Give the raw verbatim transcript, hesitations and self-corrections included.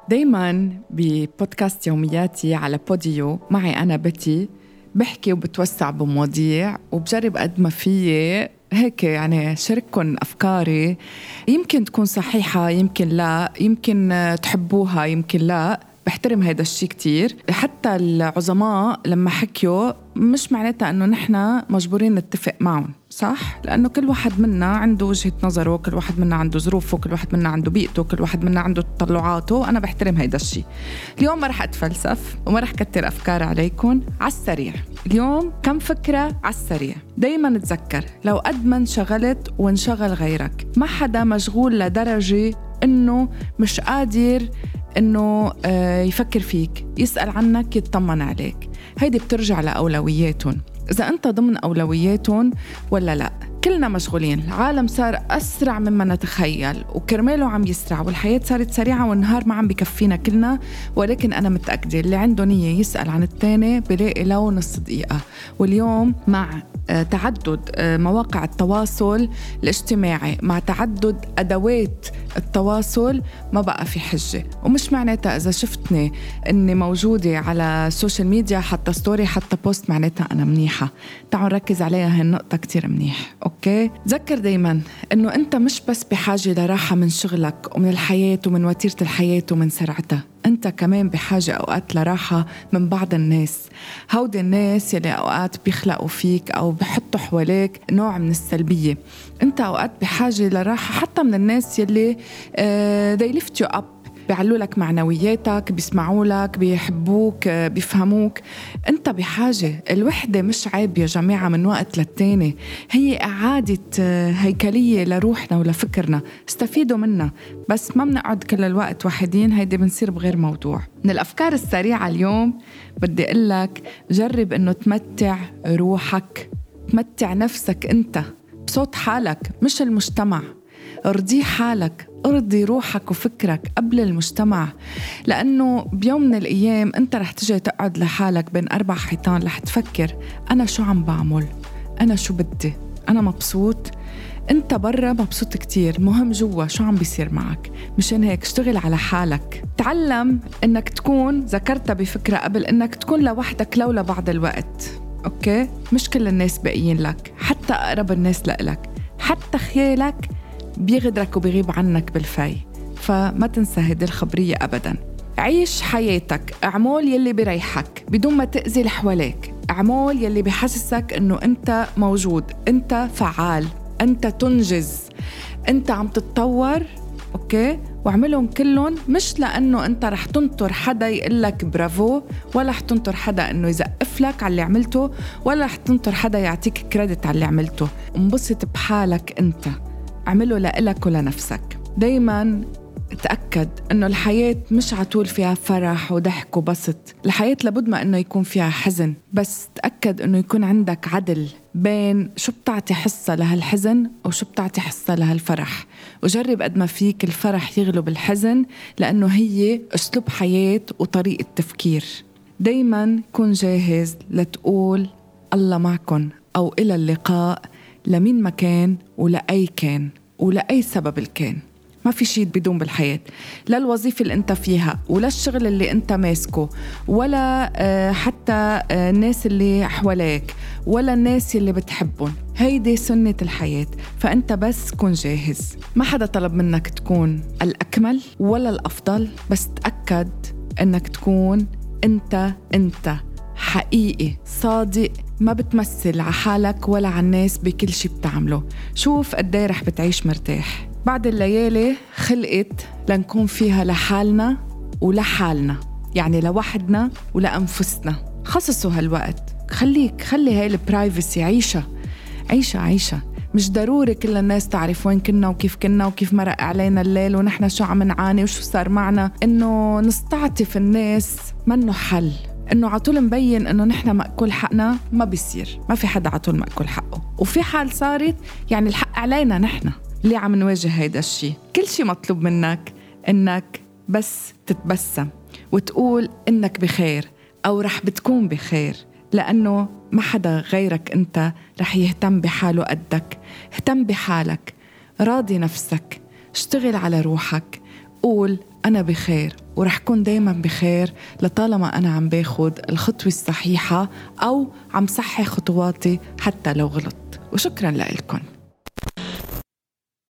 دايماً ببودكاست يومياتي على بوديو معي أنا بتي بحكي وبتوسع بمواضيع وبجرب قد ما فيي هيك يعني شارككن أفكاري، يمكن تكون صحيحة يمكن لا، يمكن تحبوها يمكن لا. بحترم هيدا الشي كتير. حتى العظماء لما حكيوا مش معناتها أنه نحن مجبورين نتفق معهم، صح؟ لأنه كل واحد منا عنده وجهة نظره، كل واحد منا عنده ظروفه، كل واحد منا عنده بيئته، كل واحد منا عنده تطلعاته. أنا بحترم هيدا الشي. اليوم ما رح أتفلسف وما رح كتر أفكار عليكم. عالسريع اليوم كم فكرة عالسريع. دايما تذكر لو قد ما انشغلت وانشغل غيرك، ما حدا مشغول لدرجة أنه مش قادر إنه يفكر فيك، يسأل عنك، يتطمن عليك. هيدي بترجع لأولوياتهم، إذا أنت ضمن أولوياتهم ولا لا. كلنا مشغولين، العالم صار أسرع مما نتخيل وكرماله عم يسرع، والحياة صارت سريعة والنهار ما عم بكفينا كلنا. ولكن أنا متأكدة اللي عنده نية يسأل عن التاني بلاقي له نص دقيقة. واليوم مع تعدد مواقع التواصل الاجتماعي، مع تعدد أدوات التواصل، ما بقى في حجة. ومش معناتها إذا شفتني أني موجودة على السوشيال ميديا حتى ستوري حتى بوست معناتها أنا منيحة. تعالوا نركز عليها هالنقطة كتير منيح. أوكي، تذكر دايما أنه أنت مش بس بحاجة لراحة من شغلك ومن الحياة ومن وتيرة الحياة ومن سرعتها، أنت كمان بحاجة أوقات لراحة من بعض الناس. هودي الناس يلي أوقات بيخلقوا فيك أو بيحطوا حواليك نوع من السلبية. أنت أوقات بحاجة لراحة حتى من الناس يلي uh, they lift you up، بيعلوا لك معنوياتك، بيسمعوا لك، بيحبوك، بيفهموك. أنت بحاجة. الوحدة مش عيب يا جماعة، من وقت للتاني هي إعادة هيكلية لروحنا ولفكرنا. استفيدوا منها، بس ما بنقعد كل الوقت وحدين. هيدي بنصير بغير موضوع. من الأفكار السريعة اليوم بدي أقولك جرب أنه تمتع روحك، تمتع نفسك أنت بصوت حالك مش المجتمع. ارضي حالك، ارضي روحك وفكرك قبل المجتمع. لأنه بيوم من الأيام أنت رح تجي تقعد لحالك بين أربع حيطان، رح تفكر أنا شو عم بعمل، أنا شو بدي، أنا مبسوط. أنت برا مبسوط كتير، مهم جوا شو عم بيصير معك. مشان هيك اشتغل على حالك. تعلم أنك تكون، ذكرتها بفكرة قبل، أنك تكون لوحدك لو لبعض الوقت. أوكي، مش كل الناس باقيين لك، حتى أقرب الناس لك، حتى خيالك بيغدرك وبيغيب عنك بالفاي. فما تنسى هيدي الخبرية أبداً. عيش حياتك، اعمل يلي بريحك بدون ما تأذي اللي حواليك. اعمل يلي بحسسك أنه أنت موجود، أنت فعال، أنت تنجز، أنت عم تتطور. أوكي، واعملهم كلهم مش لأنه أنت رح تنطر حدا يقلك برافو، ولا رح تنطر حدا أنه يزقف لك على اللي عملته، ولا رح تنطر حدا يعطيك كريدت على اللي عملته. انبسط بحالك أنت، اعمله لإلك ولنفسك. دايماً تأكد أنه الحياة مش عطول فيها فرح وضحك وبسط. الحياة لابد ما أنه يكون فيها حزن، بس تأكد أنه يكون عندك عدل بين شو بتعطي حصة لهالحزن وشو بتعطي حصة لهالفرح. وجرب قد ما فيك الفرح يغلب الحزن، لأنه هي أسلوب حياة وطريقة تفكير. دايماً كن جاهز لتقول الله معكن أو إلى اللقاء، لمين مكان ولأي كان ولأي سبب الكان. ما في شيء بدون بالحياة، لا الوظيفة اللي انت فيها، ولا الشغل اللي انت ماسكه، ولا حتى الناس اللي حواليك، ولا الناس اللي بتحبهم. هيدي سنة الحياة. فأنت بس كن جاهز. ما حدا طلب منك تكون الأكمل ولا الأفضل، بس تأكد أنك تكون أنت أنت حقيقي صادق، ما بتمثل على حالك ولا على الناس بكل شي بتعمله. شوف قديه رح بتعيش مرتاح. بعد الليالي خلقت لنكون فيها لحالنا ولحالنا، يعني لوحدنا ولأنفسنا. خصصوا هالوقت، خليك خلي هاي البرايفسي. عيشة عيشة عيشة. مش ضروري كل الناس تعرف وين كنا وكيف كنا وكيف مرق علينا الليل ونحن شو عم نعاني وشو صار معنا. إنه نستعطف الناس منه حل. إنه عطول مبين إنه نحن مأكل حقنا، ما بيصير. ما في حدا عطول مأكل حقه، وفي حال صارت يعني الحق علينا نحن اللي عم نواجه هيدا الشي. كل شي مطلوب منك إنك بس تتبسم وتقول إنك بخير أو رح بتكون بخير، لأنه ما حدا غيرك أنت رح يهتم بحاله قدك. اهتم بحالك، راضي نفسك، اشتغل على روحك، قول أنا بخير ورح كون دايما بخير لطالما أنا عم باخد الخطوة الصحيحة أو عم صحي خطواتي حتى لو غلط. وشكرا لكم.